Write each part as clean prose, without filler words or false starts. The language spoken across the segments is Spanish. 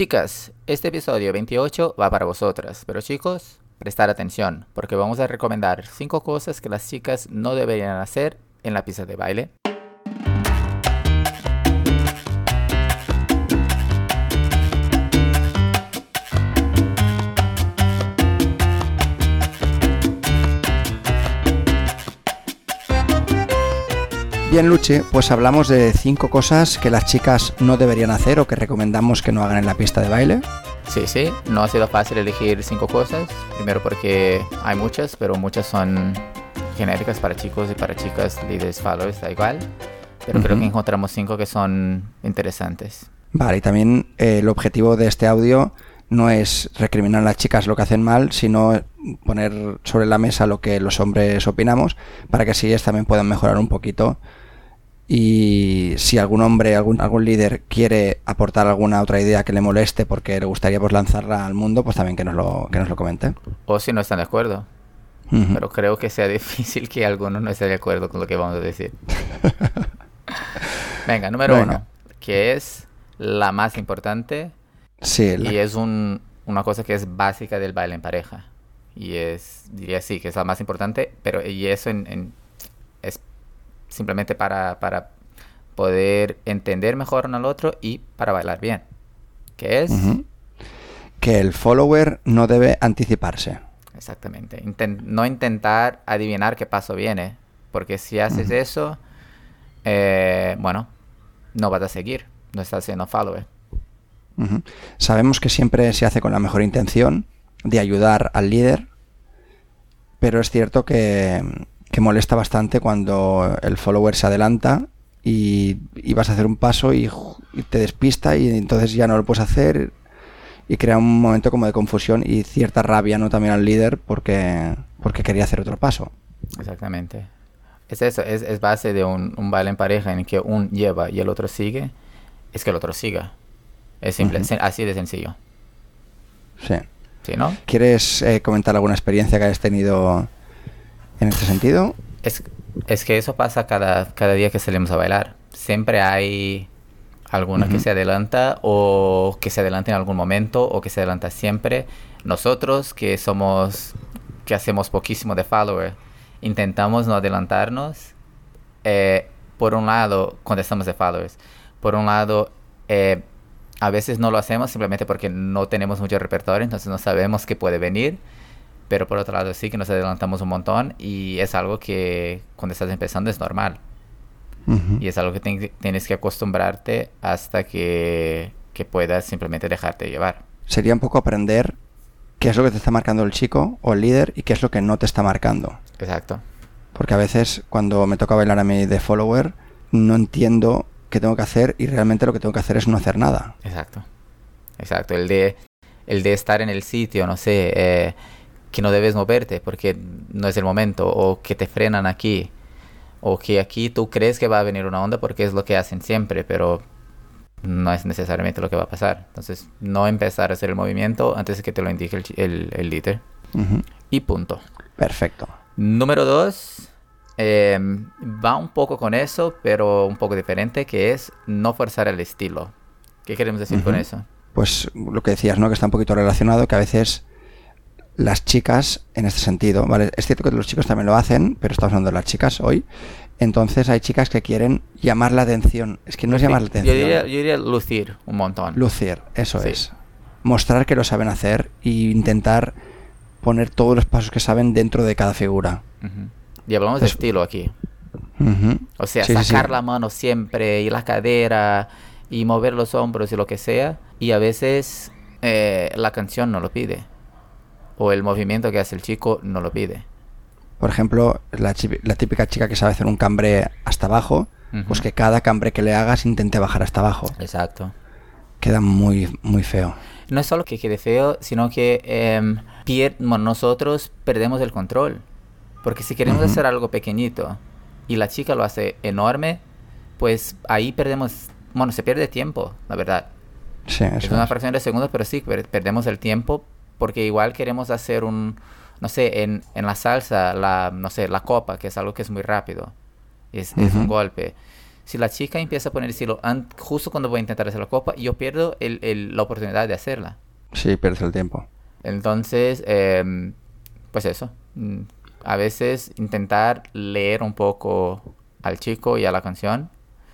Chicas, este episodio 28 va para vosotras, pero chicos, prestar atención, porque vamos a recomendar 5 cosas que las chicas no deberían hacer en la pista de baile. Bien, Luchi, pues hablamos de 5 cosas que las chicas no deberían hacer o que recomendamos que no hagan en la pista de baile. Sí, no ha sido fácil elegir 5 cosas. Primero porque hay muchas, pero muchas son genéricas para chicos y para chicas, líderes, followers, da igual. Pero creo que encontramos 5 que son interesantes. Vale, y también el objetivo de este audio no es recriminar a las chicas lo que hacen mal, sino poner sobre la mesa lo que los hombres opinamos, para que así ellas también puedan mejorar un poquito. Y si algún hombre, algún líder quiere aportar alguna otra idea que le moleste porque le gustaría pues lanzarla al mundo, pues también que nos lo comente. O si no están de acuerdo. Pero creo que sea difícil que alguno no esté de acuerdo con lo que vamos a decir. Venga, número 1, que es la más importante. Sí. Y es una cosa que es básica del baile en pareja. Y diría sí, que es la más importante, pero y eso es simplemente para poder entender mejor uno al otro y para bailar bien. ¿Qué es? Que el follower no debe anticiparse. Exactamente. No intentar adivinar qué paso viene. Porque si haces eso, bueno, no vas a seguir. No estás siendo follower. Sabemos que siempre se hace con la mejor intención de ayudar al líder, pero es cierto que molesta bastante cuando el follower se adelanta y vas a hacer un paso y te despista y entonces ya no lo puedes hacer y crea un momento como de confusión y cierta rabia, ¿no?, también al líder porque quería hacer otro paso. Exactamente. Es eso, es base de un baile en pareja en el que uno lleva y el otro sigue, es que el otro siga. Es simple, así de sencillo. Sí. ¿Sí, no? ¿Quieres comentar alguna experiencia que hayas tenido en este sentido? Es que eso pasa cada día que salimos a bailar. Siempre hay alguna que se adelanta o que se adelanta en algún momento o que se adelanta siempre. Nosotros que hacemos poquísimo de follower, intentamos no adelantarnos. Por un lado, cuando estamos de followers. Por un lado, a veces no lo hacemos simplemente porque no tenemos mucho repertorio, entonces no sabemos qué puede venir. Pero por otro lado sí que nos adelantamos un montón y es algo que cuando estás empezando es normal. Y es algo que tienes que acostumbrarte hasta que puedas simplemente dejarte llevar. Sería un poco aprender qué es lo que te está marcando el chico o el líder y qué es lo que no te está marcando. Exacto. Porque a veces cuando me toca bailar a mí de follower no entiendo qué tengo que hacer y realmente lo que tengo que hacer es no hacer nada. Exacto. El de estar en el sitio, no sé, que no debes moverte porque no es el momento, o que te frenan aquí, o que aquí tú crees que va a venir una onda porque es lo que hacen siempre, pero no es necesariamente lo que va a pasar. Entonces, no empezar a hacer el movimiento antes de que te lo indique el líder. Y punto. Perfecto. Número 2, va un poco con eso, pero un poco diferente, que es no forzar el estilo. ¿Qué queremos decir con eso? Pues lo que decías, ¿no?, que está un poquito relacionado, que a veces las chicas, en este sentido, ¿vale? Es cierto que los chicos también lo hacen, pero estamos hablando de las chicas hoy. Entonces hay chicas que quieren llamar la atención. Es que no es llamar la atención. Yo diría lucir un montón. Lucir, eso es. Mostrar que lo saben hacer e intentar poner todos los pasos que saben dentro de cada figura. Y hablamos de estilo aquí. O sea, sacar la mano siempre y la cadera y mover los hombros y lo que sea. Y a veces la canción no lo pide. O el movimiento que hace el chico no lo pide. Por ejemplo, la típica chica que sabe hacer un cambre hasta abajo, pues que cada cambre que le hagas intente bajar hasta abajo. Exacto. Queda muy, muy feo. No es solo que quede feo, sino que nosotros perdemos el control. Porque si queremos hacer algo pequeñito y la chica lo hace enorme, pues ahí se pierde tiempo, la verdad. Sí, eso es una fracción de segundos, pero sí, perdemos el tiempo. Porque igual queremos hacer no sé, en la salsa, la copa, que es algo que es muy rápido. Es un golpe. si la chica empieza a poner estilo justo cuando voy a intentar hacer la copa, yo pierdo la oportunidad de hacerla. Sí, pierdes el tiempo. Entonces, pues eso. A veces intentar leer un poco al chico y a la canción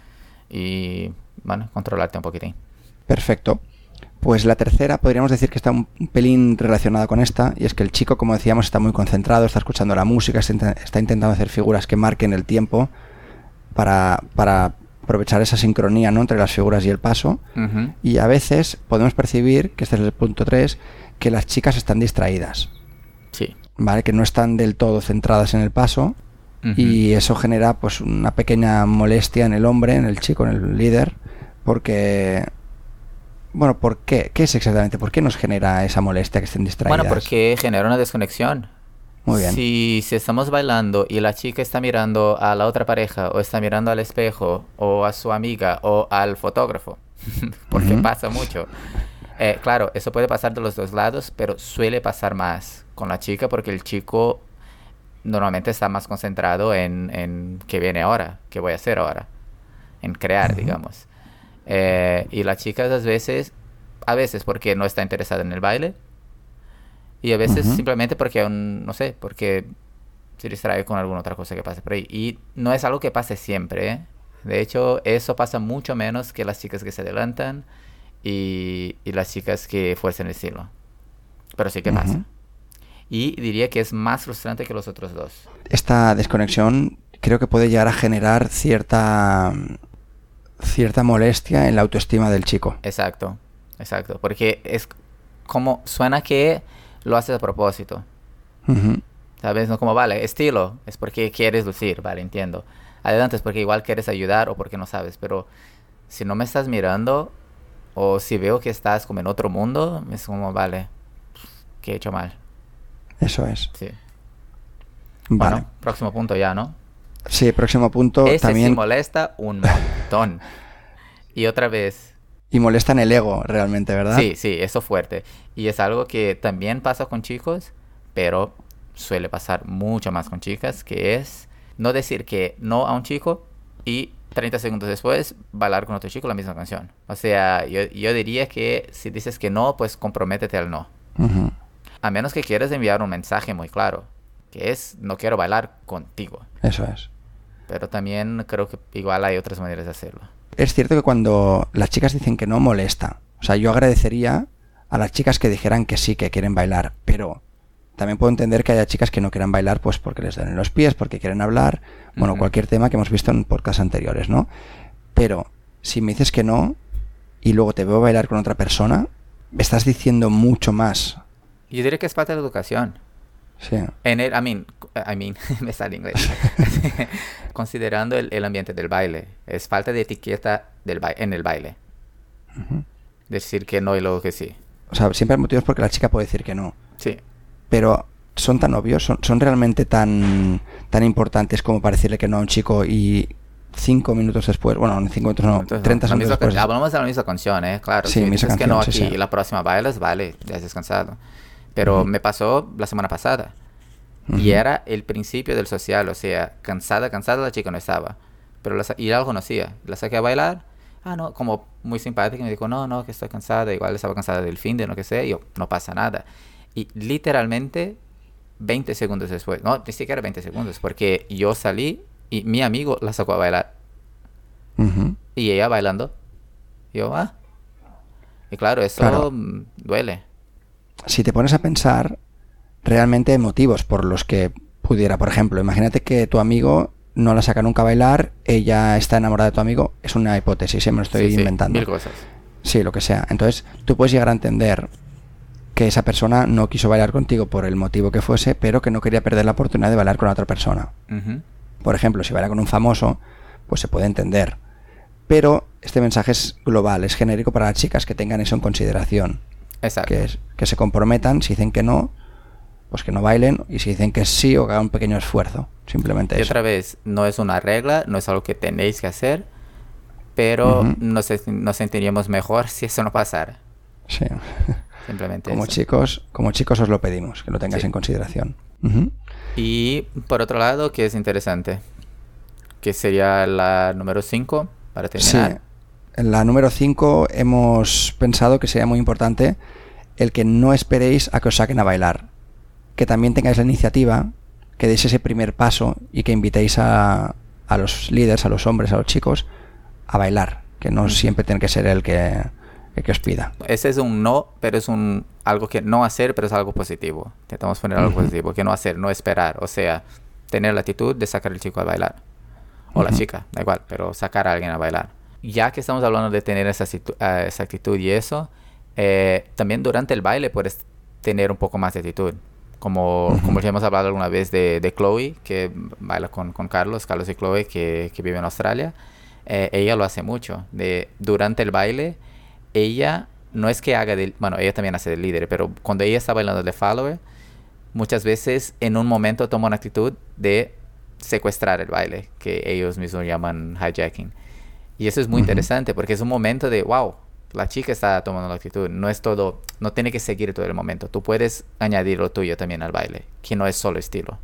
y, bueno, controlarte un poquitín. Perfecto. Pues la tercera podríamos decir que está un pelín relacionada con esta, y es que el chico, como decíamos, está muy concentrado, está escuchando la música, está intentando hacer figuras que marquen el tiempo para aprovechar esa sincronía, ¿no?, entre las figuras y el paso. Uh-huh. Y a veces podemos percibir, que este es el punto 3, que las chicas están distraídas. Sí. ¿Vale? Que no están del todo centradas en el paso. Uh-huh. Y eso genera pues una pequeña molestia en el hombre, en el chico, en el líder, porque... Bueno, ¿por qué? ¿Qué es exactamente? ¿Por qué nos genera esa molestia que estén distraídas? Bueno, porque genera una desconexión. Muy bien. Si estamos bailando y la chica está mirando a la otra pareja, o está mirando al espejo, o a su amiga, o al fotógrafo, porque uh-huh. pasa mucho. Claro, eso puede pasar de los dos lados, pero suele pasar más con la chica porque el chico normalmente está más concentrado en qué viene ahora, qué voy a hacer ahora, en crear, uh-huh. digamos. Y la chica a veces porque no está interesada en el baile, y a veces uh-huh. simplemente porque aún, no sé, porque se distrae con alguna otra cosa que pase por ahí. Y no es algo que pase siempre, ¿eh? De hecho, eso pasa mucho menos que las chicas que se adelantan y las chicas que fuerzan el estilo. Pero sí que uh-huh. pasa. Y diría que es más frustrante que los otros dos. Esta desconexión creo que puede llegar a generar cierta molestia en la autoestima del chico. Exacto, porque es como suena que lo haces a propósito. Uh-huh. ¿Sabes? No como, vale, estilo, es porque quieres lucir, vale, entiendo. Adelante es porque igual quieres ayudar o porque no sabes, pero si no me estás mirando o si veo que estás como en otro mundo, es como, vale, ¿qué he hecho mal? Eso es. Sí. Vale. Bueno, próximo punto ya, ¿no? Sí, próximo punto. También sí molesta un montón. Y otra vez. Y molesta en el ego, realmente, ¿verdad? Sí, eso fuerte. Y es algo que también pasa con chicos, pero suele pasar mucho más con chicas, que es no decir que no a un chico y 30 segundos después bailar con otro chico la misma canción. O sea, yo diría que si dices que no, pues comprométete al no. Uh-huh. A menos que quieras enviar un mensaje muy claro, que es no quiero bailar contigo. Eso es. Pero también creo que igual hay otras maneras de hacerlo. Es cierto que cuando las chicas dicen que no, molesta. O sea, yo agradecería a las chicas que dijeran que sí, que quieren bailar, pero también puedo entender que haya chicas que no quieran bailar pues porque les dan en los pies, porque quieren hablar, bueno, uh-huh. cualquier tema que hemos visto en podcasts anteriores, ¿no? Pero si me dices que no y luego te veo bailar con otra persona, me estás diciendo mucho más. Yo diría que es parte de la educación. Sí. Me sale inglés. Considerando el ambiente del baile, es falta de etiqueta en el baile. Uh-huh. Decir que no y luego que sí. O sea, siempre hay motivos porque la chica puede decir que no. Sí. Pero son tan obvios, son realmente tan importantes como para decirle que no a un chico y 5 minutos después, bueno, 5 minutos no, 30 segundos después. Hablamos de la misma canción, claro. Sí, si dices que no aquí sí. y la próxima bailas, vale, ya has descansado. Pero me pasó la semana pasada. Uh-huh. Y era el principio del social, o sea, cansada la chica no estaba. Pero y la conocía. La saqué a bailar. No, como muy simpática. Me dijo, no, que estoy cansada. Igual estaba cansada del fin de lo que sea. Y yo, no pasa nada. Y literalmente 20 segundos después, no, ni siquiera 20 segundos, porque yo salí y mi amigo la sacó a bailar. Uh-huh. Y ella bailando. Y yo, Y claro, eso duele. Si te pones a pensar, realmente hay motivos por los que pudiera, por ejemplo, imagínate que tu amigo no la saca nunca a bailar, ella está enamorada de tu amigo, es una hipótesis, me lo estoy inventando. 1000 cosas. Sí, lo que sea. Entonces, tú puedes llegar a entender que esa persona no quiso bailar contigo por el motivo que fuese, pero que no quería perder la oportunidad de bailar con otra persona. Uh-huh. Por ejemplo, si baila con un famoso, pues se puede entender. Pero este mensaje es global, es genérico para las chicas que tengan eso en consideración. Exacto. Que se comprometan, si dicen que no, pues que no bailen, y si dicen que sí, o que hagan un pequeño esfuerzo. Simplemente eso. Y otra vez, no es una regla, no es algo que tenéis que hacer, pero uh-huh. nos sentiríamos mejor si eso no pasara. Sí. Simplemente como eso. Como chicos os lo pedimos, que lo tengáis en consideración. Uh-huh. Y por otro lado, que es interesante, que sería la número 5 para terminar. Sí. En la número 5 hemos pensado que sería muy importante el que no esperéis a que os saquen a bailar. Que también tengáis la iniciativa, que deis ese primer paso y que invitéis a los líderes, a los hombres, a los chicos, a bailar. Que no siempre tiene que ser el que os pida. Ese es un no, pero es algo que no hacer, pero es algo positivo. Intentamos poner algo positivo, que no hacer, no esperar. O sea, tener la actitud de sacar al chico a bailar. O la chica, da igual, pero sacar a alguien a bailar. Ya que estamos hablando de tener esa actitud y eso, también durante el baile puedes tener un poco más de actitud. Como ya hemos hablado alguna vez de Chloe, que baila con Carlos y Chloe, que vive en Australia. Ella lo hace mucho. Durante el baile, ella no es que haga bueno, ella también hace de líder, pero cuando ella está bailando de follower, muchas veces en un momento toma una actitud de secuestrar el baile, que ellos mismos llaman hijacking. Y eso es muy interesante porque es un momento de, wow, la chica está tomando la actitud. No es todo, no tiene que seguir todo el momento. Tú puedes añadir lo tuyo también al baile, que no es solo estilo.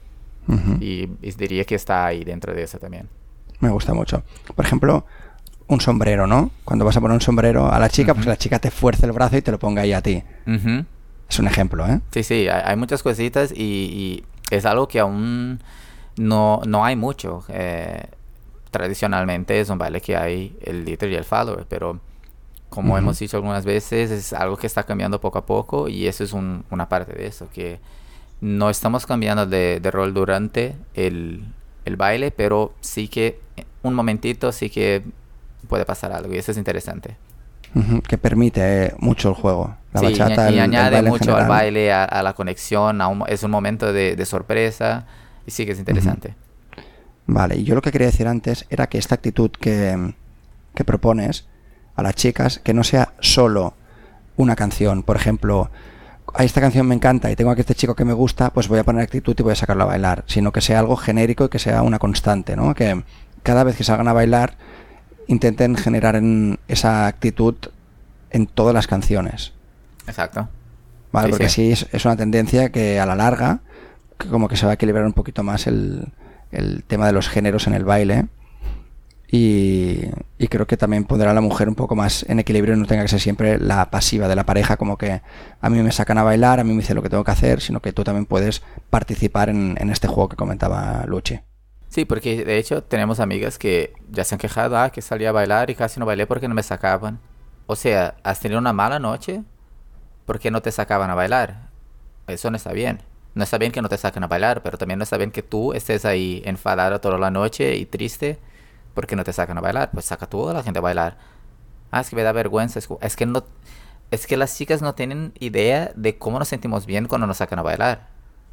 Y diría que está ahí dentro de eso también. Me gusta mucho. Por ejemplo, un sombrero, ¿no? Cuando vas a poner un sombrero a la chica, pues la chica te fuerza el brazo y te lo ponga ahí a ti. Es un ejemplo, ¿eh? Sí, hay muchas cositas y es algo que aún no hay mucho. Tradicionalmente es un baile que hay el leader y el follower, pero como hemos dicho algunas veces, es algo que está cambiando poco a poco y eso es una parte de eso, que no estamos cambiando de rol durante el baile, pero sí que un momentito sí que puede pasar algo y eso es interesante. Que permite mucho el juego. La sí, bachata, y añade el mucho al baile, a la conexión, es un momento de sorpresa y sí que es interesante. Vale, y yo lo que quería decir antes era que esta actitud que propones a las chicas, que no sea solo una canción. Por ejemplo, esta canción me encanta y tengo aquí este chico que me gusta, pues voy a poner actitud y voy a sacarlo a bailar. Sino que sea algo genérico y que sea una constante, ¿no? Que cada vez que salgan a bailar intenten generar esa actitud en todas las canciones. Exacto. Vale, sí, porque sí es una tendencia que a la larga que como que se va a equilibrar un poquito más el tema de los géneros en el baile y creo que también pondrá a la mujer un poco más en equilibrio y no tenga que ser siempre la pasiva de la pareja, como que a mí me sacan a bailar, a mí me dicen lo que tengo que hacer, sino que tú también puedes participar en este juego que comentaba Luchi. Sí, porque de hecho tenemos amigas que ya se han quejado, que salí a bailar y casi no bailé porque no me sacaban. O sea, ¿has tenido una mala noche? ¿Por qué no te sacaban a bailar? Eso no está bien. No está bien que no te saquen a bailar, pero también no está bien que tú estés ahí enfadada toda la noche y triste porque no te sacan a bailar. Pues saca tú a la gente a bailar. Es que me da vergüenza. Es que las chicas no tienen idea de cómo nos sentimos bien cuando nos sacan a bailar.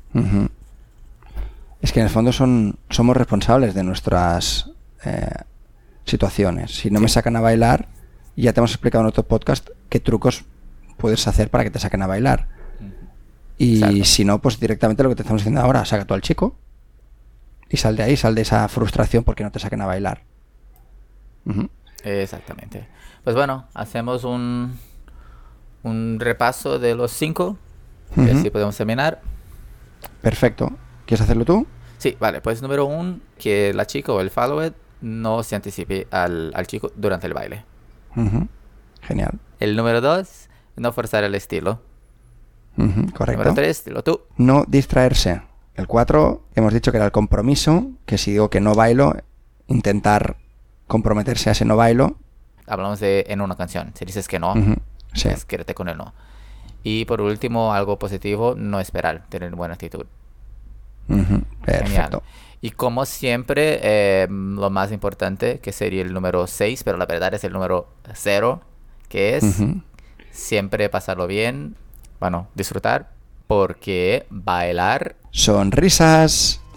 Es que en el fondo somos responsables de nuestras situaciones. Si no me sacan a bailar, ya te hemos explicado en otro podcast qué trucos puedes hacer para que te saquen a bailar. Y exacto. Si no, pues directamente lo que te estamos diciendo ahora, saca tú al chico y sal de ahí, sal de esa frustración porque no te saquen a bailar. Exactamente. Pues bueno, hacemos un repaso de los 5 y así podemos terminar. Perfecto. ¿Quieres hacerlo tú? Sí, vale. Pues número 1, que la chica o el follower no se anticipe al chico durante el baile. Genial. El número 2, no forzar el estilo. Correcto. Número 3, dilo tú. No distraerse. El 4, hemos dicho que era el compromiso, que si digo que no bailo, intentar comprometerse a ese no bailo. Hablamos de en una canción. Si dices que no, sí. pues quédate con el no. Y por último, algo positivo, no esperar, tener buena actitud. Perfecto. Genial. Y como siempre, lo más importante, que sería el número 6, pero la verdad es el número 0, que es siempre pasarlo bien, bueno, disfrutar, porque bailar son risas.